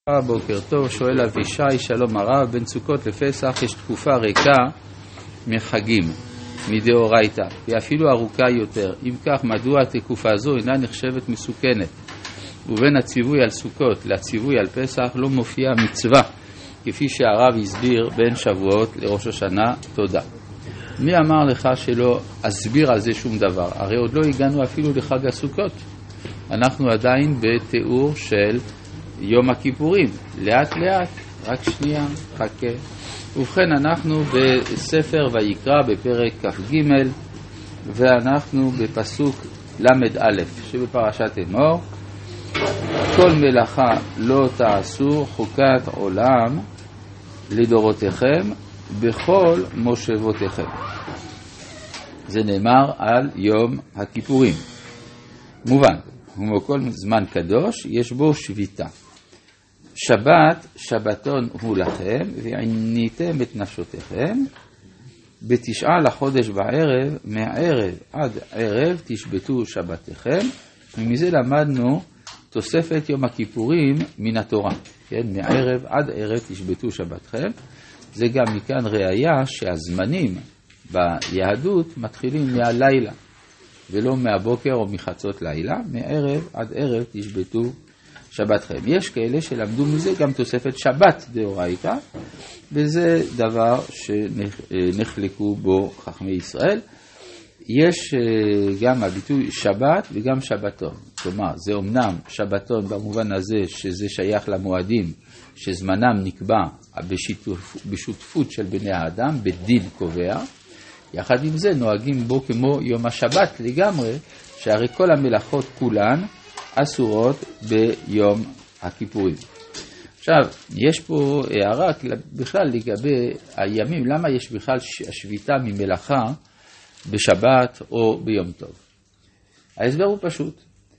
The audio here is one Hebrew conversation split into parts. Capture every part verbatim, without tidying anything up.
בוקר טוב, שואל אבישי, שלום הרב, בין סוכות לפסח יש תקופה ריקה מחגים, מדאורייתא, היא אפילו ארוכה יותר. אם כך, מדוע התקופה זו אינה נחשבת מסוכנת? ובין הציווי על סוכות לציווי על פסח לא מופיע מצווה, כפי שהרב הסביר בין שבועות לראש השנה. תודה. מי אמר לך שלא אסביר על זה שום דבר? הרי עוד לא הגענו אפילו לחג הסוכות. אנחנו עדיין בתיאור של יום הכיפורים, לאט לאט, רק שנייה, חכה. ובכן, אנחנו בספר ויקרא בפרק כ"ג, ואנחנו בפסוק למד א' שבפרשת אמור, כל מלאכה לא תעשו חוקת עולם לדורותיכם בכל מושבותיכם. זה נאמר על יום הכיפורים. מובן, כמו כל זמן קדוש, יש בו שביתה. שבת, שבתון הוא לכם, ועניתם את נפשותיכם, בתשעה לחודש בערב, מערב עד ערב תשבתו שבתיכם, ומזה למדנו תוספת יום הכיפורים מן התורה. כן? מערב עד ערב תשבתו שבתכם, זה גם מכאן ראיה שהזמנים ביהדות מתחילים מהלילה, ולא מהבוקר או מחצות לילה, מערב עד ערב תשבתו שבתכם. יש כאלה שלמדו מזה גם תוספת שבת דאורייתא, וזה דבר שנחלקו בו חכמי ישראל. יש גם הביטוי שבת וגם שבתון. כלומר, זה אומנם שבתון במובן הזה שזה שייך למועדים שזמנם נקבע בשיתוף, בשותפות של בני האדם, בדין קובע. יחד עם זה נוהגים בו כמו יום השבת לגמרי, שהרי כל המלאכות כולן אסורות ביום הכיפורים. עכשיו, יש פה הערה בכלל לגבי הימים, למה יש בכלל השביתה ממלאכה בשבת או ביום טוב. ההסבר הוא פשוט.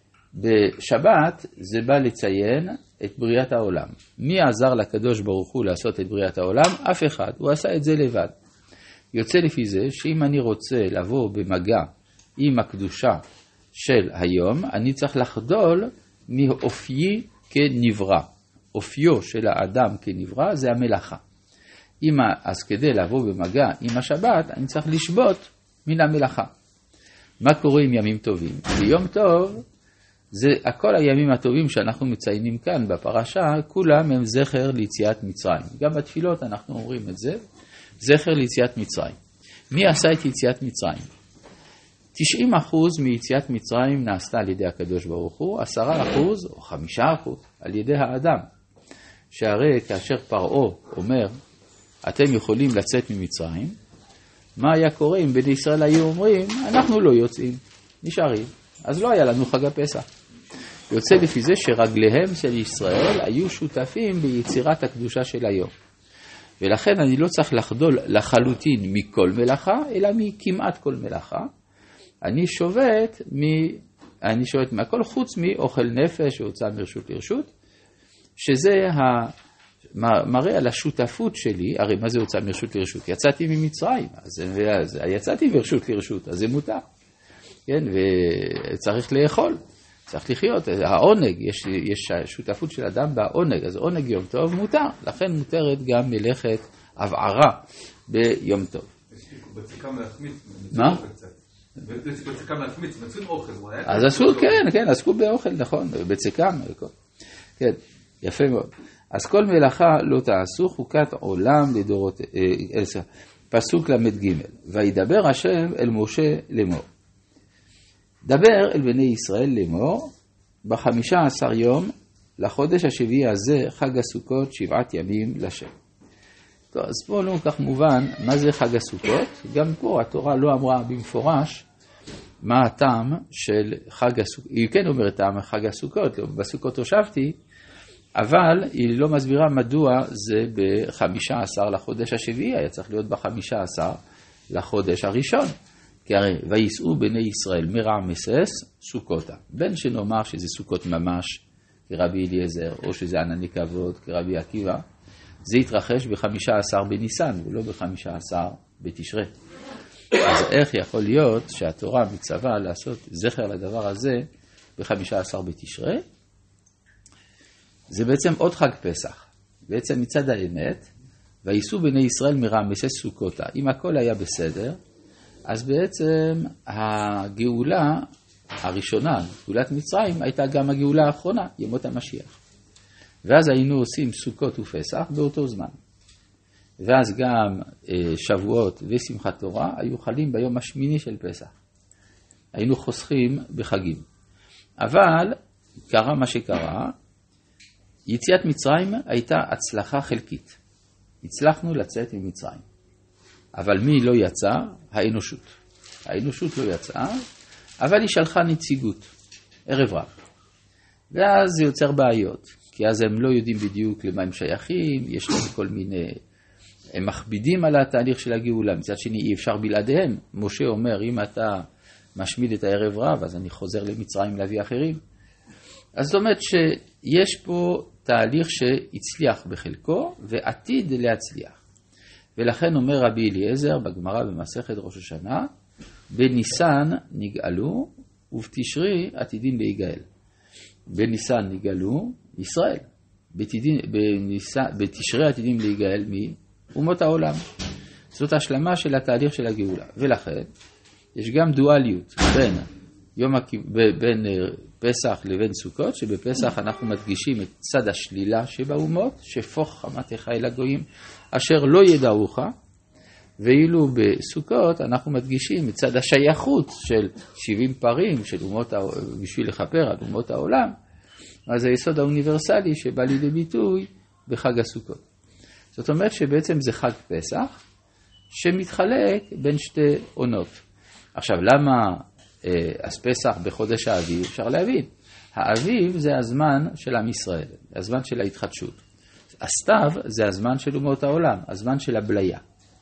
בשבת זה בא לציין את בריאת העולם. מי עזר לקדוש ברוך הוא לעשות את בריאת העולם? אף אחד. הוא עשה את זה לבד. יוצא לפי זה שאם אני רוצה לבוא במגע עם הקדושה של היום, אני צריך לחדול מאופיי כנברא. אופיו של האדם כנברא זה המלאכה. אם, אז כדי לבוא במגע עם השבת, אני צריך לשבות מן המלאכה. מה קורה עם ימים טובים? ביום טוב, זה הכל הימים הטובים שאנחנו מציינים כאן בפרשה, כולם הם זכר ליציאת מצרים. גם בתפילות אנחנו אומרים את זה, זכר ליציאת מצרים. מי עשה את יציאת מצרים? תשעים אחוז מיציאת מצרים נעשתה על ידי הקדוש ברוך הוא, עשרה אחוז או חמישה אחוז על ידי האדם. שהרי כאשר פרעה אומר, אתם יכולים לצאת ממצרים, מה היה קורה אם בני ישראל היו אומרים, אנחנו לא יוצאים, נשארים. אז לא היה לנו חג הפסח. יוצא לפי זה שרגליהם של ישראל היו שותפים ביצירת הקדושה של היום. ולכן אני לא צריך לחדול לחלוטין מכל מלאכה, אלא מכמעט כל מלאכה. אני שובת, מ... אני שובת מהכל חוץ מאוכל נפש שהוצא מרשות לרשות, שזה מראה על השותפות שלי. הרי מה זה הוצא מרשות לרשות? יצאתי ממצרים, אז, אז יצאתי מרשות לרשות, אז זה מותר. כן? וצריך לאכול, צריך לחיות. העונג, יש, יש שותפות של אדם בעונג, אז עונג יום טוב מותר, לכן מותרת גם מלאכת הבערה ביום טוב. בציקה להחמיץ. מה? בציקה להחמיץ, מצאים אוכל. אז עשו, כן, כן, עסקו באוכל, נכון, בציקה. כן, יפה מאוד. אז כל מלאכה לא תעשו חוקת עולם לדורות, אה, פסוק למד ג' וידבר השם אל משה לאמור. דבר אל בני ישראל לאמור, בחמישה עשר יום לחודש השביעי הזה חג הסוכות שבעת ימים לשם. טוב, אז פה לא כך מובן מה זה חג הסוכות. גם פה התורה לא אמרה במפורש מה הטעם של חג הסוכות. היא כן אומרת טעם חג הסוכות, בסוכות הושבתי, אבל היא לא מסבירה מדוע זה בחמישה עשר לחודש השביעי, היה צריך להיות בחמישה עשר לחודש הראשון. כי הרי ויסעו בני ישראל מרעמסס סוכותה. בין שנאמר שזה סוכות ממש כרבי אליעזר, או שזה ענני כבוד כרבי עקיבא, זה יתרחש בחמישה עשר בניסן ולא בחמישה עשר בתשרי. אז איך יכול להיות שהתורה מצווה לעשות זכר לדבר הזה בחמישה עשר בתשרי? זה בעצם עוד חג פסח. בעצם מצד האמת, וייסעו בני ישראל מרעמסס סוכותה. אם הכל היה בסדר, אז בעצם הגאולה הראשונה, גאולת מצרים, הייתה גם הגאולה האחרונה, ימות המשיח. ואז היינו עושים סוכות ופסח באותו זמן. ואז גם שבועות ושמחת תורה היו חלים ביום השמיני של פסח. היינו חוסכים בחגים. אבל קרה מה שקרה, יציאת מצרים הייתה הצלחה חלקית. הצלחנו לצאת ממצרים. אבל מי לא יצא? האנושות. האנושות לא יצאה, אבל היא שלחה נציגות, ערב רב. ואז זה יוצר בעיות, כי אז הם לא יודעים בדיוק למה הם שייכים, יש להם כל מיני, הם מכבידים על התהליך של הגאולה, מצד שני אי אפשר בלעדיהם. משה אומר, אם אתה משמיד את הערב רב, אז אני חוזר למצרים להביא אחרים. אז זאת אומרת שיש פה תהליך שהצליח בחלקו, ועתיד להצליח. ולכן אומר רבי אליעזר בגמרא במסכת ראש השנה, בניסן נגאלו ובתשרי עתידין להיגאל. בניסן נגאלו ישראל, בתשרי, בתשרי עתידים להיגאל מאומות העולם. זאת השלמה של התהליך של הגאולה. ולכן יש גם דואליות בין, יום, בין פסח לבין סוכות, שבפסח אנחנו מדגישים את צד השלילה שבאומות, שפוך חמתך אל הגויים אשר לא ידעוך, ואילו בסוכות אנחנו מדגישים את צד השייכות של שבעים פרים של אומות, בשביל לכפר על אומות העולם. אז זה היסוד האוניברסלי שבא לידי ביטוי בחג הסוכות. זאת אומרת שבעצם זה חג פסח שמתחלק בין שתי עונות. עכשיו למה אז פסח בחודש האביב? אפשר להבין. האביב זה הזמן של עם ישראל, הזמן של ההתחדשות. הסתיו זה הזמן של אומות העולם, הזמן של הבליה.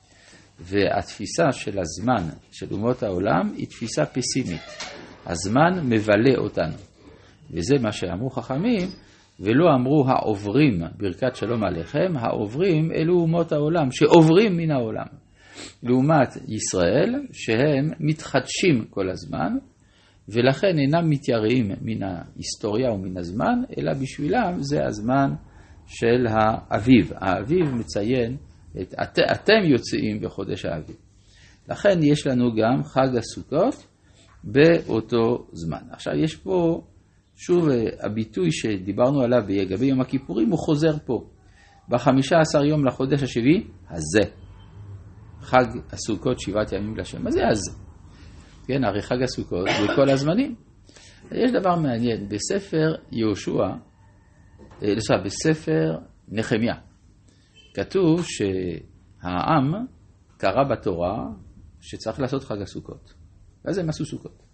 והתפיסה של הזמן של אומות העולם היא תפיסה פסימית. הזמן מבלה אותנו. וזה מה שאמרו חכמים, ולא אמרו העוברים ברכת שלום עליכם, העוברים אלו אומות העולם שעוברים מן העולם. לעומת ישראל שהם מתחדשים כל הזמן, ולכן אינם מתייראים מן ההיסטוריה ומן הזמן, אלא בשבילם זה הזמן של האביב. האביב מציין, את, את, אתם יוצאים בחודש האביב. לכן יש לנו גם חג הסוכות באותו זמן. עכשיו יש פה, שוב הביטוי שדיברנו עליו לגבי יום הכיפורים, הוא חוזר פה. בחמישה עשר יום לחודש השביעי, הזה. חג הסוכות שבעת ימים לשם. מה זה הזה? כן, הרי חג הסוכות זה כל הזמנים. יש דבר מעניין, בספר יהושע, לסע, בספר נחמיה, כתוב שהעם קרא בתורה שצריך לעשות חג הסוכות. ואז הם עשו סוכות.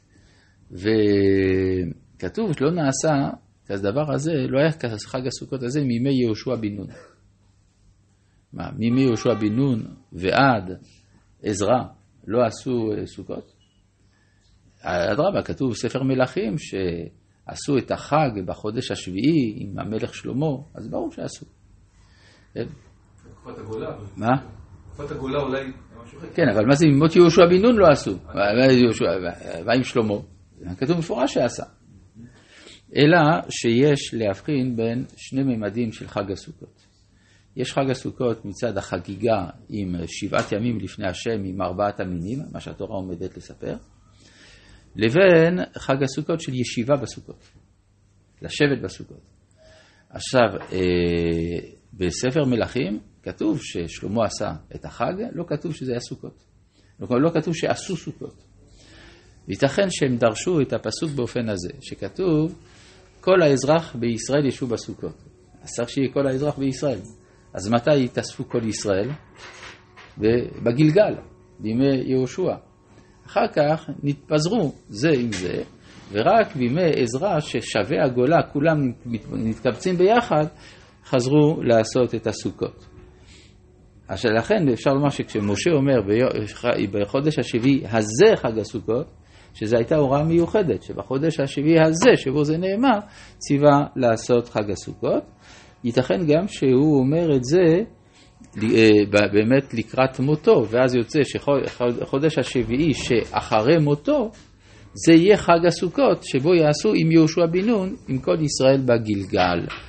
וכתוב שלא נעשה כזה דבר הזה, לא היה חג הסוכות הזה מימי יהושע בן נון. מה, מימי יהושע בן נון ועד עזרא לא עשו סוכות? אדרבה, כתוב ספר מלכים שעשו את החג בחודש השביעי עם המלך שלמה, אז ברור שעשו. תקופת הגולה. מה? תקופת הגולה אולי... כן, אבל מה זה ממות יהושע בן נון לא עשו? מה עם שלמה? כתוב מפורש שעשה. אלא שיש להבחין בין שני ממדים של חג הסוכות. יש חג הסוכות מצד החגיגה עם שבעת ימים לפני השם עם ארבעת המינים, מה שהתורה עומדת לספר, לבין חג הסוכות של ישיבה בסוכות, לשבת בסוכות. עכשיו, בספר מלכים כתוב ששלמה עשה את החג, לא כתוב שזה היה סוכות. לא כתוב שעשו סוכות. ייתכן שהם דרשו את הפסוק באופן הזה, שכתוב כל האזרח בישראל ישו בסוכות. אז צריך שיהיה כל האזרח בישראל. אז מתי יתאספו כל ישראל? בגלגל, בימי יהושע. אחר כך נתפזרו זה עם זה, ורק בימי עזרא ששווה הגולה, כולם נתקבצים ביחד, חזרו לעשות את הסוכות. אז לכן אפשר לומר שכשמשה אומר בחודש השביעי הזה חג הסוכות, שזו הייתה הוראה מיוחדת, שבחודש השביעי הזה, שבו זה נאמר, ציווה לעשות חג הסוכות. ייתכן גם שהוא אומר את זה באמת לקראת מותו, ואז יוצא שחודש השביעי שאחרי מותו, זה יהיה חג הסוכות, שבו יעשו עם יהושע בן נון, עם כל ישראל בגלגל.